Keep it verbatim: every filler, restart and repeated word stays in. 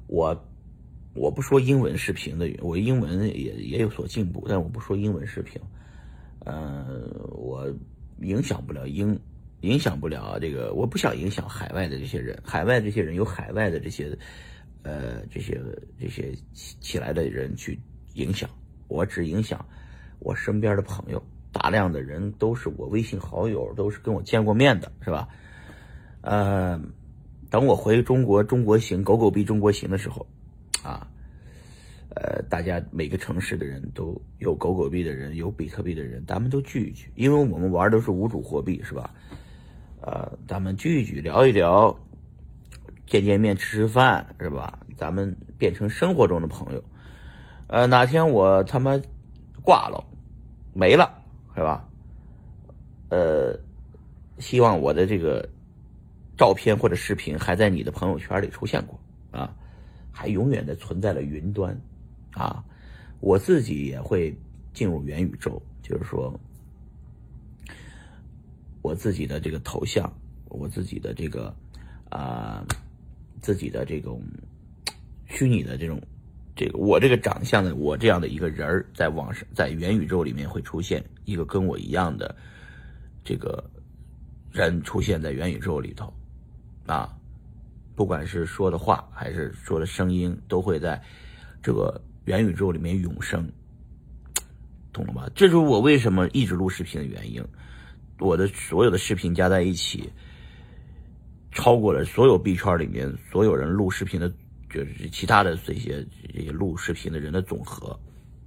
我我不说英文视频的，我英文也也有所进步，但我不说英文视频。呃，我影响不了英，影响不了这个，我不想影响海外的这些人，海外这些人有海外的这些，呃，这些这些起起来的人去影响，我只影响我身边的朋友，大量的人都是我微信好友，都是跟我见过面的，是吧？呃，等我回中国中国行狗狗币中国行的时候，啊。呃，大家每个城市的人都有狗狗币的人，有比特币的人，咱们都聚一聚，因为我们玩都是无主货币，是吧？呃，咱们聚一聚，聊一聊，见见面，吃吃饭，是吧？咱们变成生活中的朋友。呃，哪天我他妈挂了，没了，是吧？呃，希望我的这个照片或者视频还在你的朋友圈里出现过啊，还永远的存在了云端。啊，我自己也会进入元宇宙，就是说，我自己的这个头像，我自己的这个啊、呃，自己的这种虚拟的这种这个我这个长相的我这样的一个人在网上，在元宇宙里面会出现一个跟我一样的这个人出现在元宇宙里头啊，不管是说的话还是说的声音，都会在这个元宇宙里面永生，懂了吗？这就是我为什么一直录视频的原因。我的所有的视频加在一起，超过了所有币圈里面所有人录视频的，就是其他的这些这些录视频的人的总和。